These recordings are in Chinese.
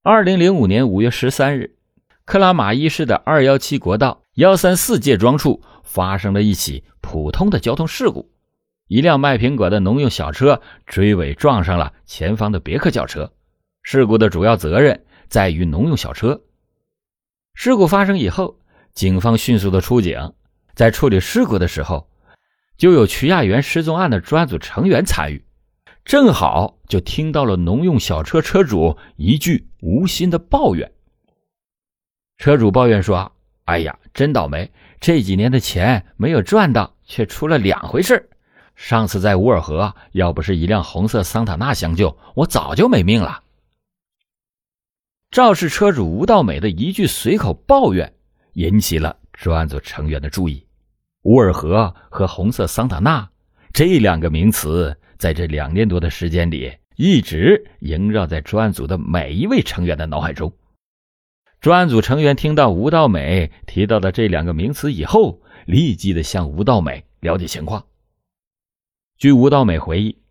2005年5月13日，克拉玛依市的217国道134界庄处发生了一起普通的交通事故，一辆卖苹果的农用小车追尾撞上了前方的别克轿车，事故的主要责任在于农用小车。事故发生以后，警方迅速的出警，在处理事故的时候，就有曲亚媛失踪案的专案组成员参与，正好就听到了农用小车车主一句无心的抱怨。车主抱怨说，哎呀，真倒霉，这几年的钱没有赚到，却出了两回事。上次在乌尔河，要不是一辆红色桑塔纳相救，我早就没命了。肇事车主吴道美的一句随口抱怨引起了专案组成员的注意。乌尔河和红色桑塔纳这两个名词在这2年多的时间里一直萦绕在专案组的每一位成员的脑海中。专案组成员听到吴道美提到的这两个名词以后，立即的向吴道美了解情况。据吴道美回忆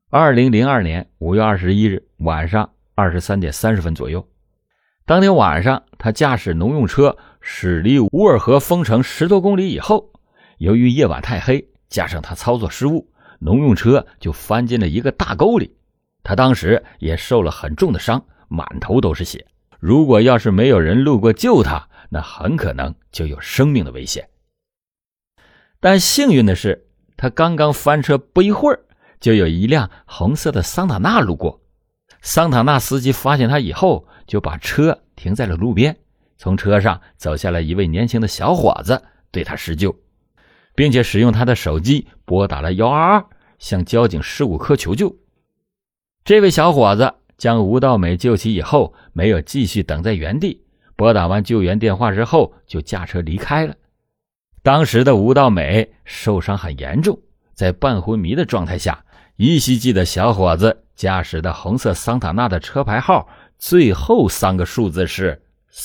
，2002年5月21日晚上23点30分左右，当天晚上他驾驶农用车驶离乌尔河丰城10多公里以后，由于夜晚太黑，加上他操作失误，农用车就翻进了一个大沟里。他当时也受了很重的伤，满头都是血。如果要是没有人路过救他，那很可能就有生命的危险。但幸运的是，他刚刚翻车不一会儿，就有一辆红色的桑塔纳路过。桑塔纳司机发现他以后，就把车停在了路边，从车上走下来一位年轻的小伙子，对他施救，并且使用他的手机拨打了122，向交警事故科求救。这位小伙子将吴道美救起以后，没有继续等在原地，拨打完救援电话之后就驾车离开了。当时的吴道美受伤很严重，在半昏迷的状态下，依稀记得小伙子驾驶的红色桑塔纳的车牌号最后3个数字是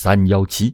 317。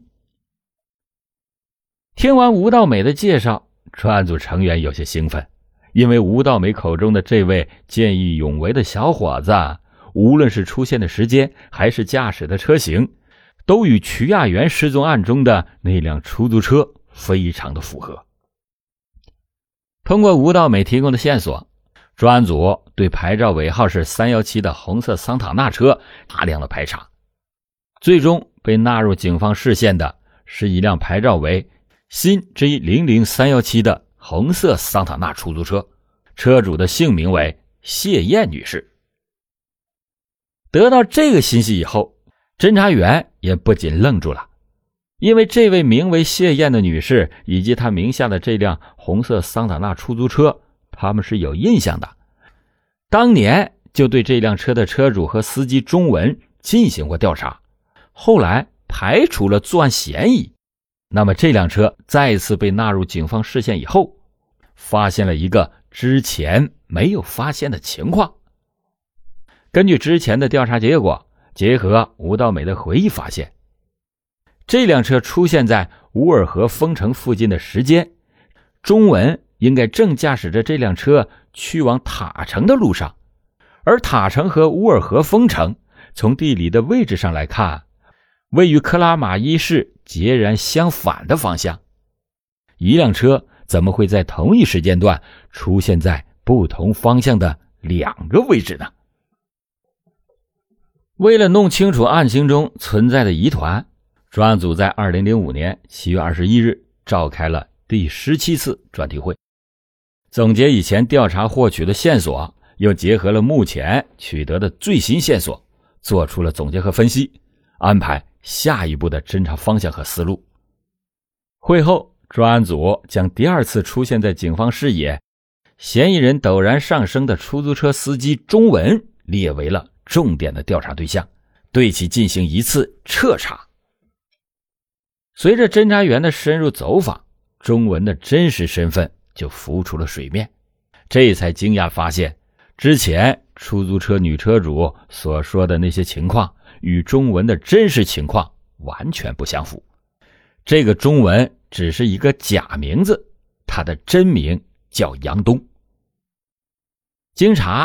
听完吴道美的介绍，专案组成员有些兴奋，因为吴道美口中的这位见义勇为的小伙子，无论是出现的时间还是驾驶的车型，都与曲亚媛失踪案中的那辆出租车非常的符合。通过吴道美提供的线索，专案组对牌照尾号是317的红色桑塔纳车大量的排查，最终被纳入警方视线的是一辆牌照为新 G00317 的红色桑塔纳出租车，车主的姓名为谢燕女士。得到这个信息以后，侦查员也不仅愣住了，因为这位名为谢燕的女士以及她名下的这辆红色桑塔纳出租车，他们是有印象的，当年就对这辆车的车主和司机钟文进行过调查，后来排除了作案嫌疑。那么这辆车再次被纳入警方视线以后，发现了一个之前没有发现的情况。根据之前的调查结果，结合吴道美的回忆发现，这辆车出现在乌尔河丰城附近的时间，钟文应该正驾驶着这辆车去往塔城的路上，而塔城和乌尔河丰城从地理的位置上来看，位于克拉玛依市截然相反的方向。一辆车怎么会在同一时间段出现在不同方向的2个位置呢？为了弄清楚案情中存在的疑团，专案组在2005年7月21日召开了第17次专题会，总结以前调查获取的线索，又结合了目前取得的最新线索，做出了总结和分析，安排下一步的侦查方向和思路。会后，专案组将第2次出现在警方视野、嫌疑人陡然上升的出租车司机钟文列为了重点的调查对象，对其进行一次彻查。随着侦查员的深入走访，钟文的真实身份就浮出了水面，这才惊讶发现，之前出租车女车主所说的那些情况与钟文的真实情况完全不相符。这个钟文只是一个假名字，他的真名叫杨东。经查，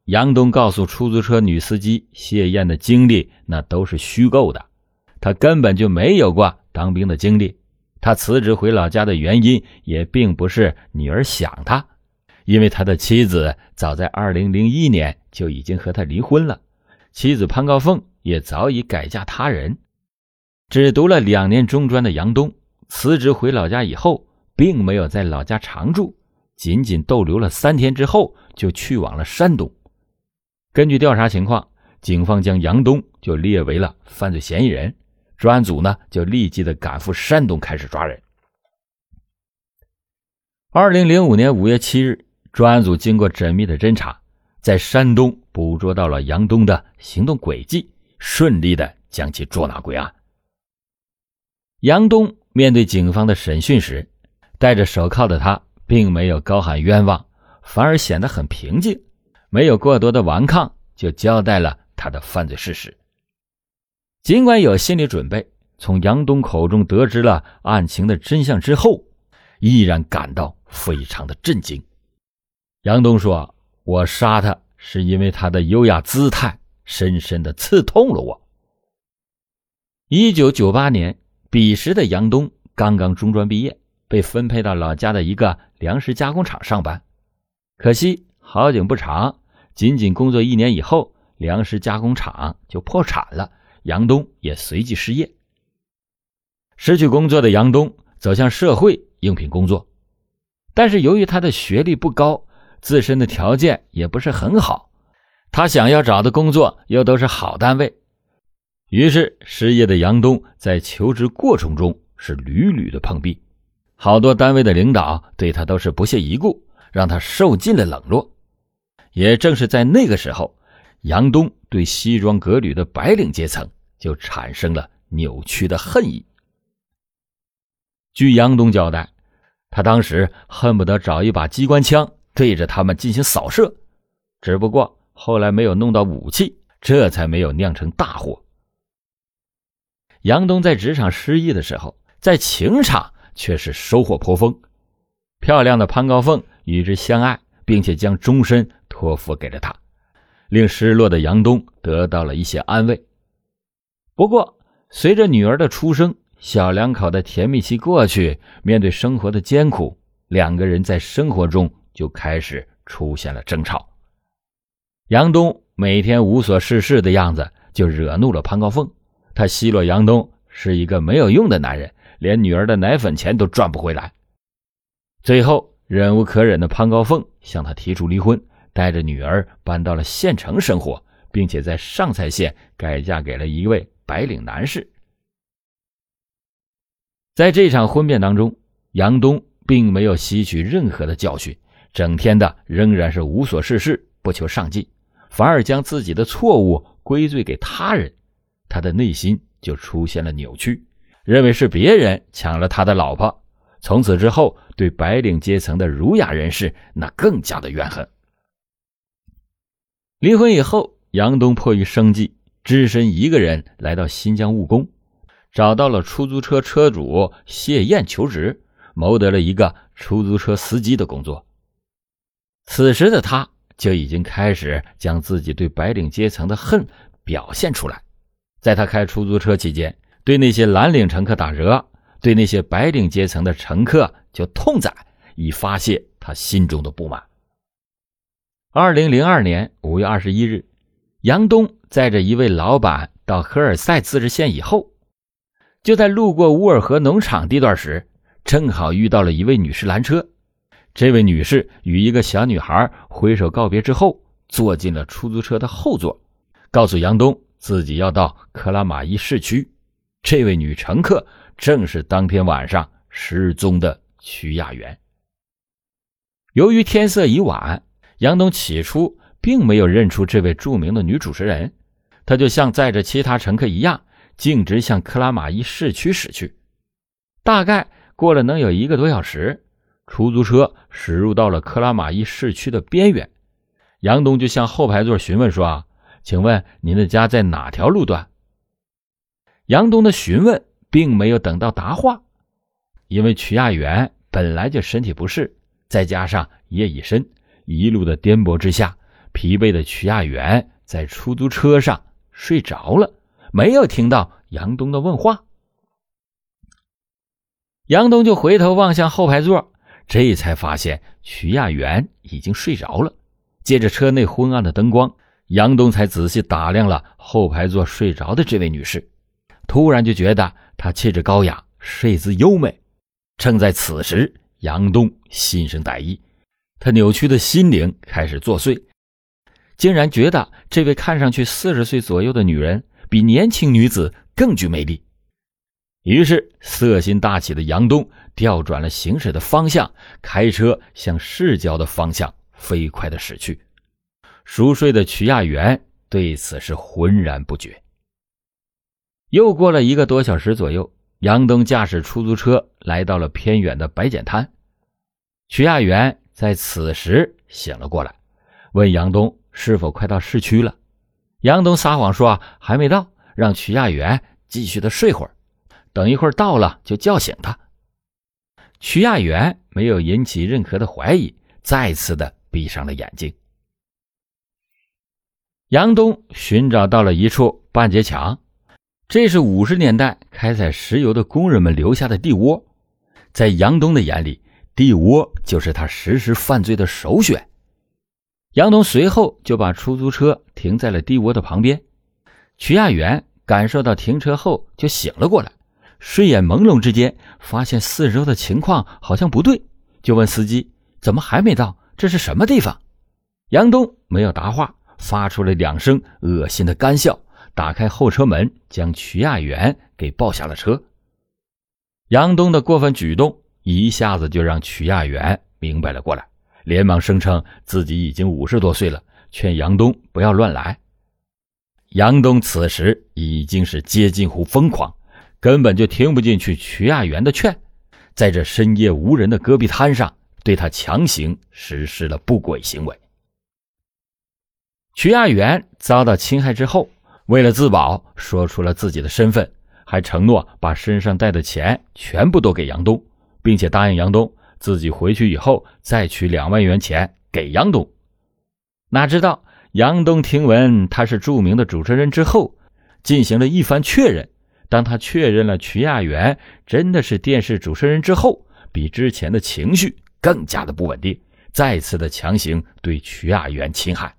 杨东告诉出租车女司机谢燕的经历那都是虚构的，他根本就没有过当兵的经历。他辞职回老家的原因也并不是女儿想他，因为他的妻子早在2001年就已经和他离婚了，妻子潘高凤也早已改嫁他人。只读了2年中专的杨东辞职回老家以后，并没有在老家常住，仅仅逗留了3天之后就去往了山东。根据调查情况，警方将杨东就列为了犯罪嫌疑人，专案组呢就立即的赶赴山东开始抓人。2005年5月7日，专案组经过缜密的侦查，在山东捕捉到了杨东的行动轨迹，顺利的将其捉拿归案。杨东面对警方的审讯时，戴着手铐的他并没有高喊冤枉，反而显得很平静，没有过多的顽抗，就交代了他的犯罪事实。尽管有心理准备，从杨东口中得知了案情的真相之后，依然感到非常的震惊。杨东说，我杀他是因为他的优雅姿态深深地刺痛了我。1998年，彼时的杨东刚刚中专毕业，被分配到老家的一个粮食加工厂上班。可惜好景不长，仅仅工作1年以后，粮食加工厂就破产了，杨东也随即失业。失去工作的杨东走向社会应聘工作，但是由于他的学历不高，自身的条件也不是很好，他想要找的工作又都是好单位，于是失业的杨东在求职过程中是屡屡的碰壁，好多单位的领导对他都是不屑一顾，让他受尽了冷落。也正是在那个时候，杨东对西装革履的白领阶层就产生了扭曲的恨意。据杨东交代，他当时恨不得找一把机关枪对着他们进行扫射，只不过后来没有弄到武器，这才没有酿成大祸。杨东在职场失意的时候，在情场却是收获颇丰。漂亮的潘高凤与之相爱，并且将终身托付给了他，令失落的杨东得到了一些安慰。不过随着女儿的出生，小两口的甜蜜期过去，面对生活的艰苦，两个人在生活中就开始出现了争吵。杨东每天无所事事的样子就惹怒了潘高凤，他奚落杨东是一个没有用的男人，连女儿的奶粉钱都赚不回来。最后忍无可忍的潘高凤向他提出离婚，带着女儿搬到了县城生活，并且在上蔡县改嫁给了一位白领男士。在这场婚变当中，杨东并没有吸取任何的教训，整天的仍然是无所事事，不求上进，反而将自己的错误归罪给他人，他的内心就出现了扭曲，认为是别人抢了他的老婆。从此之后，对白领阶层的儒雅人士那更加的怨恨。离婚以后，杨东迫于生计，只身一个人来到新疆务工，找到了出租车车主谢燕求职，谋得了一个出租车司机的工作。此时的他就已经开始将自己对白领阶层的恨表现出来。在他开出租车期间，对那些蓝领乘客打折，对那些白领阶层的乘客就痛宰，以发泄他心中的不满。2002年5月21日，杨东载着一位老板到赫尔塞自治县以后，就在路过乌尔河农场地段时，正好遇到了一位女士拦车。这位女士与一个小女孩挥手告别之后，坐进了出租车的后座，告诉杨东自己要到克拉玛依市区。这位女乘客正是当天晚上失踪的曲亚媛。由于天色已晚，杨东起初并没有认出这位著名的女主持人，他就像载着其他乘客一样，径直向克拉玛依市区驶去。大概过了能有1个多小时，出租车驶入到了克拉玛依市区的边缘。杨东就向后排座询问说，请问您的家在哪条路段？杨东的询问并没有等到答话，因为曲亚媛本来就身体不适，再加上夜已深，一路的颠簸之下， 疲惫的曲亚元在出租车上睡着了，没有听到杨东的问话。杨东就回头望向后排座，这才发现曲亚元已经睡着了。借着车内昏暗的灯光，杨东才仔细打量了后排座睡着的这位女士，突然就觉得她气质高雅，睡姿优美。正在此时，杨东心生歹意，他扭曲的心灵开始作祟，竟然觉得这位看上去40岁左右的女人比年轻女子更具魅力。于是色心大起的杨东调转了行驶的方向，开车向市郊的方向飞快地驶去。熟睡的曲亚元对此是浑然不觉。又过了1个多小时左右，杨东驾驶出租车来到了偏远的白碱滩。曲亚元在此时醒了过来，问杨东是否快到市区了。杨东撒谎说还没到，让曲亚元继续的睡会儿，等一会儿到了就叫醒他。曲亚元没有引起任何的怀疑，再次的闭上了眼睛。杨东寻找到了一处半截墙，这是50年代开采石油的工人们留下的地窝。在杨东的眼里，地窝就是他实施犯罪的首选。杨东随后就把出租车停在了地窝的旁边。曲亚元感受到停车后就醒了过来，睡眼朦胧之间发现四周的情况好像不对，就问司机怎么还没到，这是什么地方？杨东没有答话，发出了2声恶心的干笑，打开后车门将曲亚元给抱下了车。杨东的过分举动一下子就让曲亚元明白了过来，连忙声称自己已经50多岁了，劝杨东不要乱来。杨东此时已经是接近乎疯狂，根本就听不进去曲亚元的劝，在这深夜无人的戈壁滩上对他强行实施了不轨行为。曲亚元遭到侵害之后，为了自保说出了自己的身份，还承诺把身上带的钱全部都给杨东，并且答应杨东自己回去以后再取2万元钱给杨东。哪知道杨东听闻他是著名的主持人之后，进行了一番确认。当他确认了曲亚元真的是电视主持人之后，比之前的情绪更加的不稳定，再次的强行对曲亚元侵害。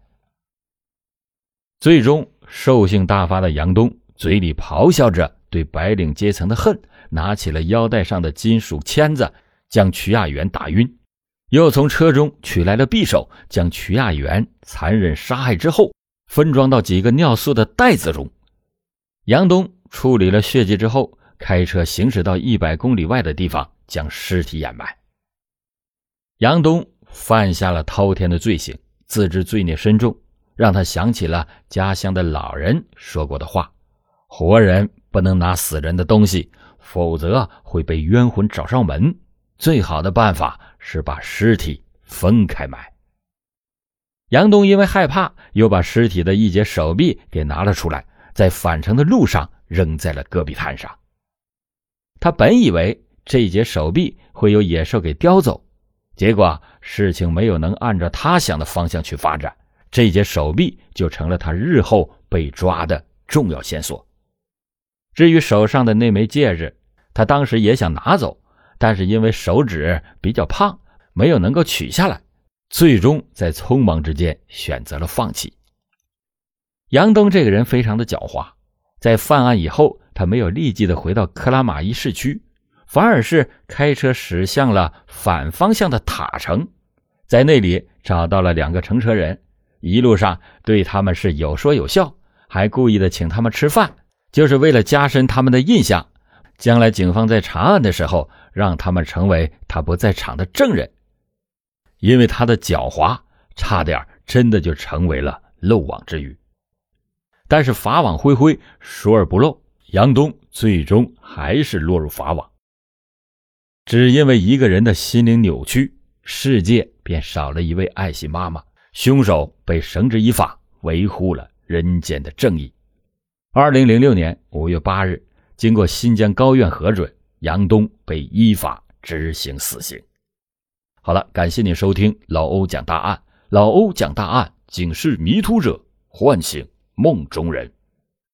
最终兽性大发的杨东嘴里咆哮着对白领阶层的恨，拿起了腰带上的金属签子将曲亚元打晕，又从车中取来了匕首，将曲亚元残忍杀害之后分装到几个尿素的袋子中。杨东处理了血迹之后，开车行驶到100公里外的地方将尸体掩埋。杨东犯下了滔天的罪行，自知罪孽深重，让他想起了家乡的老人说过的话：活人不能拿死人的东西，否则会被冤魂找上门，最好的办法是把尸体分开埋。杨东因为害怕，又把尸体的一截手臂给拿了出来，在返程的路上扔在了戈壁滩上。他本以为这一截手臂会有野兽给叼走，结果事情没有能按照他想的方向去发展，这节手臂就成了他日后被抓的重要线索。至于手上的那枚戒指，他当时也想拿走，但是因为手指比较胖，没有能够取下来，最终在匆忙之间选择了放弃。杨东这个人非常的狡猾，在犯案以后，他没有立即的回到克拉玛依市区，反而是开车驶向了反方向的塔城，在那里找到了2个乘车人，一路上对他们是有说有笑，还故意的请他们吃饭，就是为了加深他们的印象，将来警方在查案的时候让他们成为他不在场的证人。因为他的狡猾，差点真的就成为了漏网之鱼。但是法网恢恢，疏而不漏，杨东最终还是落入法网。只因为一个人的心灵扭曲，世界便少了一位爱心妈妈，凶手被绳之以法，维护了人间的正义。2006年5月8日，经过新疆高院核准，杨东被依法执行死刑。好了，感谢您收听老欧讲大案，老欧讲大案， 警示迷途者，唤醒梦中人。